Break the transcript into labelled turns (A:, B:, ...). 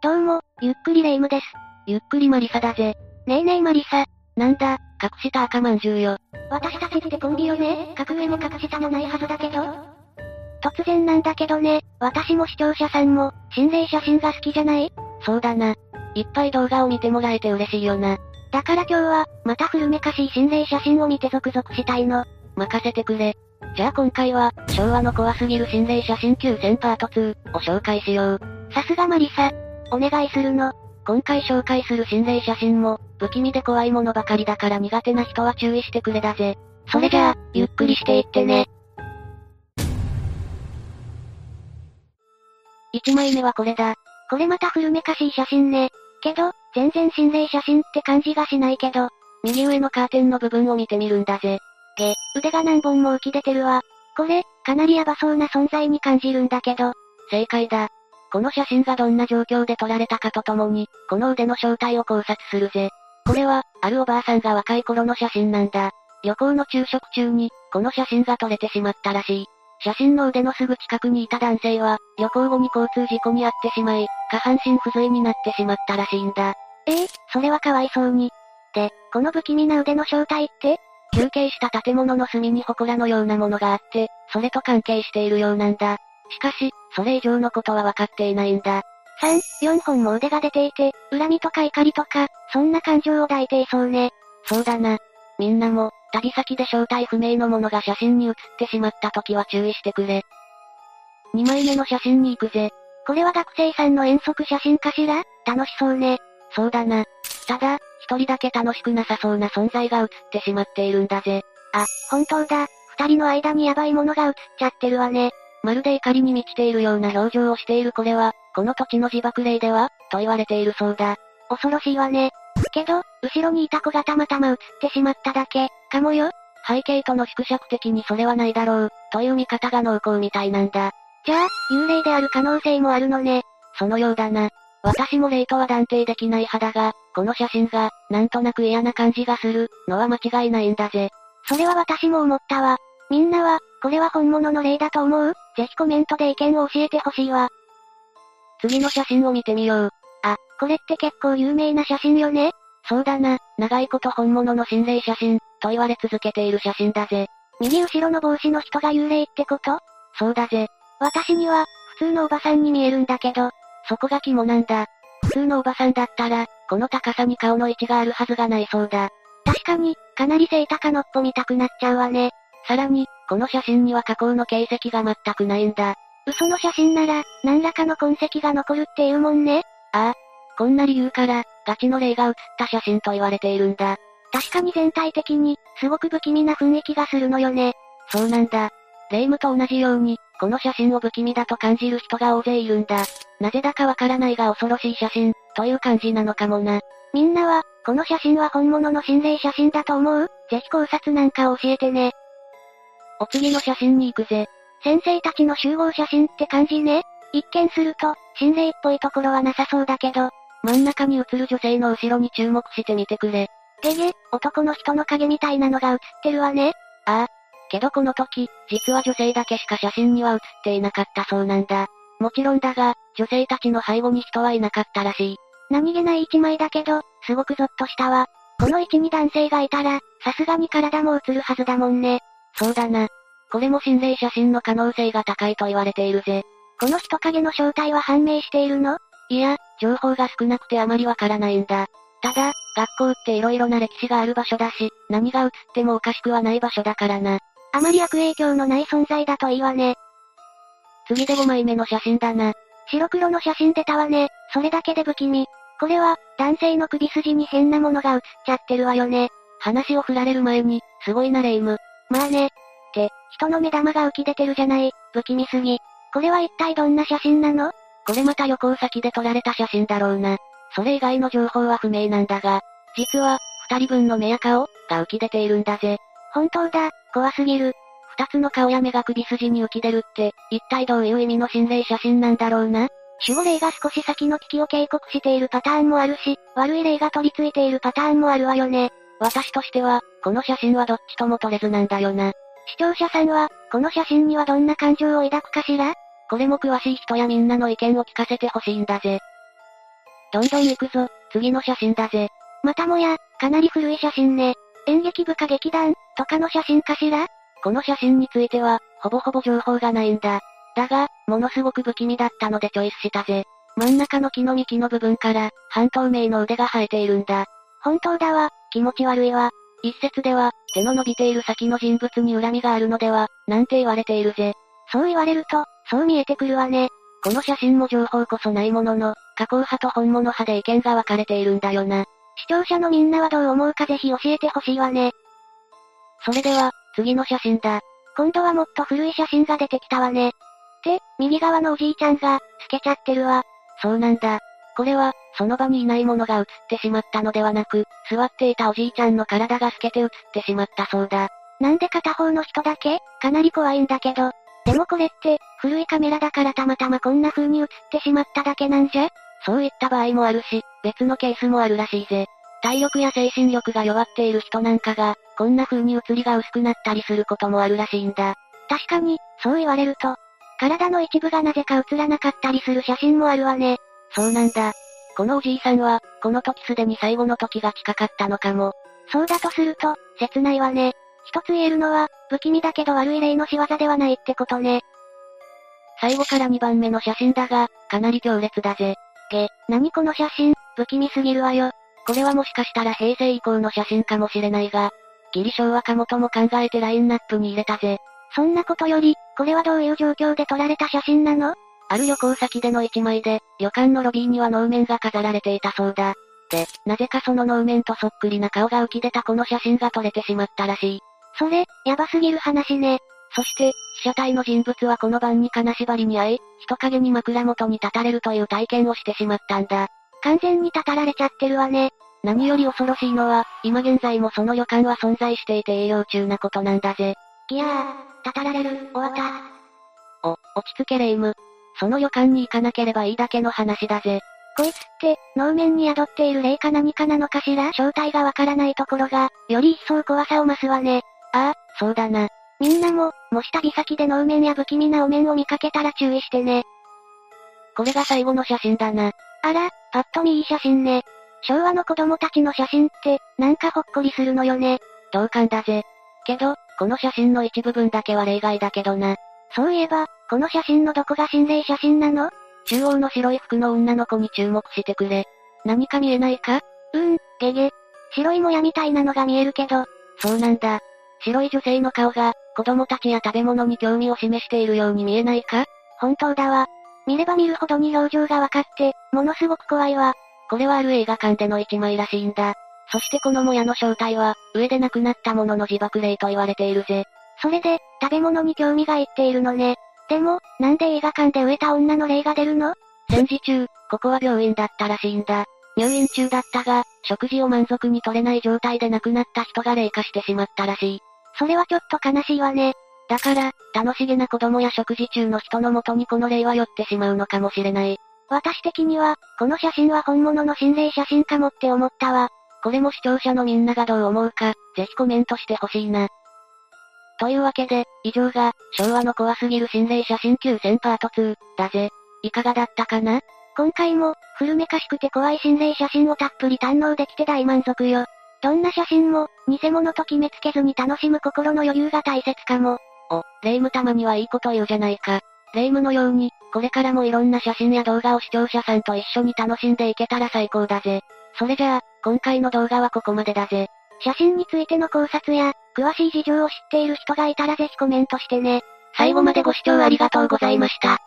A: どうも、ゆっくりレ夢ムです。
B: ゆっくりマリサだぜ。
A: ねえねえマリサ。
B: なんだ、隠した赤まんじゅうよ。
A: 私たちってコンビよね。隠上も隠下もないはずだけど。突然なんだけどね、私も視聴者さんも、心霊写真が好きじゃない？
B: そうだな。いっぱい動画を見てもらえて嬉しいよな。
A: だから今日は、また古めかしい心霊写真を見てゾクゾクしたいの。
B: 任せてくれ。じゃあ今回は、昭和の怖すぎる心霊写真9000パート2を紹介しよう。
A: さすがマリサ。お願いするの。
B: 今回紹介する心霊写真も、不気味で怖いものばかりだから苦手な人は注意してくれだぜ。
A: それじゃあ、ゆっくりしていってね。
B: 1枚目はこれだ。
A: これまた古めかしい写真ね。けど、全然心霊写真って感じがしないけど、
B: 右上のカーテンの部分を見てみるんだぜ。
A: 腕が何本も浮き出てるわ。これ、かなりヤバそうな存在に感じるんだけど。
B: 正解だ。この写真がどんな状況で撮られたかとともに、この腕の正体を考察するぜ。これは、あるおばあさんが若い頃の写真なんだ。旅行の昼食中に、この写真が撮れてしまったらしい。写真の腕のすぐ近くにいた男性は、旅行後に交通事故に遭ってしまい、下半身不随になってしまったらしいんだ。
A: それはかわいそうに。で、この不気味な腕の正体って？
B: 休憩した建物の隅に祠のようなものがあって、それと関係しているようなんだ。しかし、それ以上のことは分かっていないんだ。
A: 3、4本も腕が出ていて、恨みとか怒りとか、そんな感情を抱いていそうね。
B: そうだな。みんなも、旅先で正体不明のものが写真に写ってしまった時は注意してくれ。2枚目の写真に行くぜ。
A: これは学生さんの遠足写真かしら？楽しそうね。
B: そうだな。ただ、一人だけ楽しくなさそうな存在が写ってしまっているんだぜ。
A: あ、本当だ。二人の間にヤバいものが写っちゃってるわね。
B: まるで怒りに満ちているような表情をしているこれは、この土地の自爆霊ではと言われているそうだ。
A: 恐ろしいわね。けど、後ろにいた子がたまたま写ってしまっただけ、かもよ。
B: 背景との縮尺的にそれはないだろう、という見方が濃厚みたいなんだ。
A: じゃあ、幽霊である可能性もあるのね。
B: そのようだな。私も霊とは断定できない派だが、この写真が、なんとなく嫌な感じがする、のは間違いないんだぜ。
A: それは私も思ったわ。みんなは、これは本物の霊だと思う？ぜひコメントで意見を教えてほしいわ。
B: 次の写真を見てみよう。
A: あ、これって結構有名な写真よね？
B: そうだな、長いこと本物の心霊写真、と言われ続けている写真だぜ。
A: 右後ろの帽子の人が幽霊ってこと？
B: そうだぜ。
A: 私には、普通のおばさんに見えるんだけど、
B: そこが肝なんだ。普通のおばさんだったら、この高さに顔の位置があるはずがないそうだ。
A: 確かに、かなり背高のっぽ見たくなっちゃうわね。
B: さらに、この写真には加工の形跡が全くないんだ。
A: 嘘の写真なら、何らかの痕跡が残るっていうもんね。
B: ああ。こんな理由から、ガチの霊が写った写真と言われているんだ。
A: 確かに全体的に、すごく不気味な雰囲気がするのよね。
B: そうなんだ。霊夢と同じように、この写真を不気味だと感じる人が大勢いるんだ。なぜだかわからないが恐ろしい写真、という感じなのかもな。
A: みんなは、この写真は本物の心霊写真だと思う？ぜひ考察なんかを教えてね。
B: お次の写真に行くぜ。
A: 先生たちの集合写真って感じね。一見すると、心霊っぽいところはなさそうだけど、
B: 真ん中に写る女性の後ろに注目してみてくれ。
A: 男の人の影みたいなのが写ってるわね。
B: ああ。けどこの時、実は女性だけしか写真には写っていなかったそうなんだ。もちろんだが、女性たちの背後に人はいなかったらしい。
A: 何気ない一枚だけど、すごくゾッとしたわ。この位置に男性がいたら、さすがに体も写るはずだもんね。
B: そうだな。これも心霊写真の可能性が高いと言われているぜ。
A: この人影の正体は判明しているの？
B: いや、情報が少なくてあまりわからないんだ。ただ、学校って色々な歴史がある場所だし、何が写ってもおかしくはない場所だからな。
A: あまり悪影響のない存在だといいわね。
B: 次で5枚目の写真だな。
A: 白黒の写真出たわね。それだけで不気味。これは、男性の首筋に変なものが写っちゃってるわよね。
B: 話を振られる前に、すごいな霊夢。
A: まあね。人の目玉が浮き出てるじゃない、不気味すぎ。これは一体どんな写真なの？
B: これまた旅行先で撮られた写真だろうな。それ以外の情報は不明なんだが、実は、二人分の目や顔が浮き出ているんだぜ。
A: 本当だ、怖すぎる。
B: 二つの顔や目が首筋に浮き出るって、一体どういう意味の心霊写真なんだろうな。
A: 守護霊が少し先の危機を警告しているパターンもあるし、悪い霊が取り付いているパターンもあるわよね。
B: 私としては、この写真はどっちとも撮れずなんだよな。
A: 視聴者さんは、この写真にはどんな感情を抱くかしら？
B: これも詳しい人やみんなの意見を聞かせてほしいんだぜ。 どんどん行くぞ、次の写真だぜ。
A: またもや、かなり古い写真ね。演劇部か劇団、とかの写真かしら？
B: この写真については、ほぼほぼ情報がないんだ。だが、ものすごく不気味だったのでチョイスしたぜ。真ん中の木の幹の部分から、半透明の腕が生えているんだ。
A: 本当だわ、気持ち悪いわ。
B: 一説では、手の伸びている先の人物に恨みがあるのでは、なんて言われているぜ。
A: そう言われると、そう見えてくるわね。
B: この写真も情報こそないものの、加工派と本物派で意見が分かれているんだよな。
A: 視聴者のみんなはどう思うかぜひ教えてほしいわね。
B: それでは、次の写真だ。
A: 今度はもっと古い写真が出てきたわね。右側のおじいちゃんが、透けちゃってるわ。
B: そうなんだ。これは、その場にいないものが映ってしまったのではなく、座っていたおじいちゃんの体が透けて映ってしまったそうだ。
A: なんで片方の人だけ？かなり怖いんだけど。でもこれって、古いカメラだからたまたまこんな風に映ってしまっただけなんじゃ？
B: そういった場合もあるし、別のケースもあるらしいぜ。体力や精神力が弱っている人なんかが、こんな風に映りが薄くなったりすることもあるらしいんだ。
A: 確かに、そう言われると、体の一部がなぜか映らなかったりする写真もあるわね。
B: そうなんだ。このおじいさんは、この時すでに最後の時が近かったのかも。
A: そうだとすると、切ないわね。一つ言えるのは、不気味だけど悪い霊の仕業ではないってことね。
B: 最後から2番目の写真だが、かなり強烈だぜ。
A: 何この写真、不気味すぎるわよ。
B: これはもしかしたら平成以降の写真かもしれないが、ギリ昭和かもとも考えてラインナップに入れたぜ。
A: そんなことより、これはどういう状況で撮られた写真なの？
B: ある旅行先での一枚で、旅館のロビーには能面が飾られていたそうだ。で、なぜかその能面とそっくりな顔が浮き出たこの写真が撮れてしまったらしい。
A: それ、やばすぎる話ね。
B: そして、被写体の人物はこの晩に金縛りに遭い、人影に枕元に立たれるという体験をしてしまったんだ。
A: 完全にたたられちゃってるわね。
B: 何より恐ろしいのは、今現在もその旅館は存在していて営業中なことなんだぜ。
A: ギャー、たたられる、終わった。
B: 落ち着けレイム。その旅館に行かなければいいだけの話だぜ。
A: こいつって、能面に宿っている霊か何かなのかしら？正体がわからないところが、より一層怖さを増すわね。
B: ああ、そうだな。
A: みんなも、もし旅先で能面や不気味なお面を見かけたら注意してね。
B: これが最後の写真だな。
A: あら、パッと見いい写真ね。昭和の子供たちの写真って、なんかほっこりするのよね。
B: 同感だぜ。けど、この写真の一部分だけは例外だけどな。
A: そういえば、この写真のどこが心霊写真なの？
B: 中央の白い服の女の子に注目してくれ。何か見えないか？
A: ゲゲ。白いもやみたいなのが見えるけど。
B: そうなんだ。白い女性の顔が、子供たちや食べ物に興味を示しているように見えないか？
A: 本当だわ。見れば見るほどに表情がわかって、ものすごく怖いわ。
B: これはある映画館での一枚らしいんだ。そしてこのもやの正体は、上で亡くなったものの自爆霊と言われているぜ。
A: それで、食べ物に興味がいっているのね。でも、なんで映画館で植えた女の霊が出るの？
B: 戦時中、ここは病院だったらしいんだ。入院中だったが、食事を満足に取れない状態で亡くなった人が霊化してしまったらしい。
A: それはちょっと悲しいわね。
B: だから、楽しげな子供や食事中の人の元にこの霊は寄ってしまうのかもしれない。
A: 私的には、この写真は本物の心霊写真かもって思ったわ。
B: これも視聴者のみんながどう思うか、ぜひコメントしてほしいな。というわけで、以上が、昭和の怖すぎる心霊写真9000パート2、だぜ。いかがだったかな？
A: 今回も、古めかしくて怖い心霊写真をたっぷり堪能できて大満足よ。どんな写真も、偽物と決めつけずに楽しむ心の余裕が大切かも。
B: レイムたまにはいいこと言うじゃないか。レイムのように、これからもいろんな写真や動画を視聴者さんと一緒に楽しんでいけたら最高だぜ。それじゃあ、今回の動画はここまでだぜ。
A: 写真についての考察や、詳しい事情を知っている人がいたらぜひコメントしてね。
B: 最後までご視聴ありがとうございました。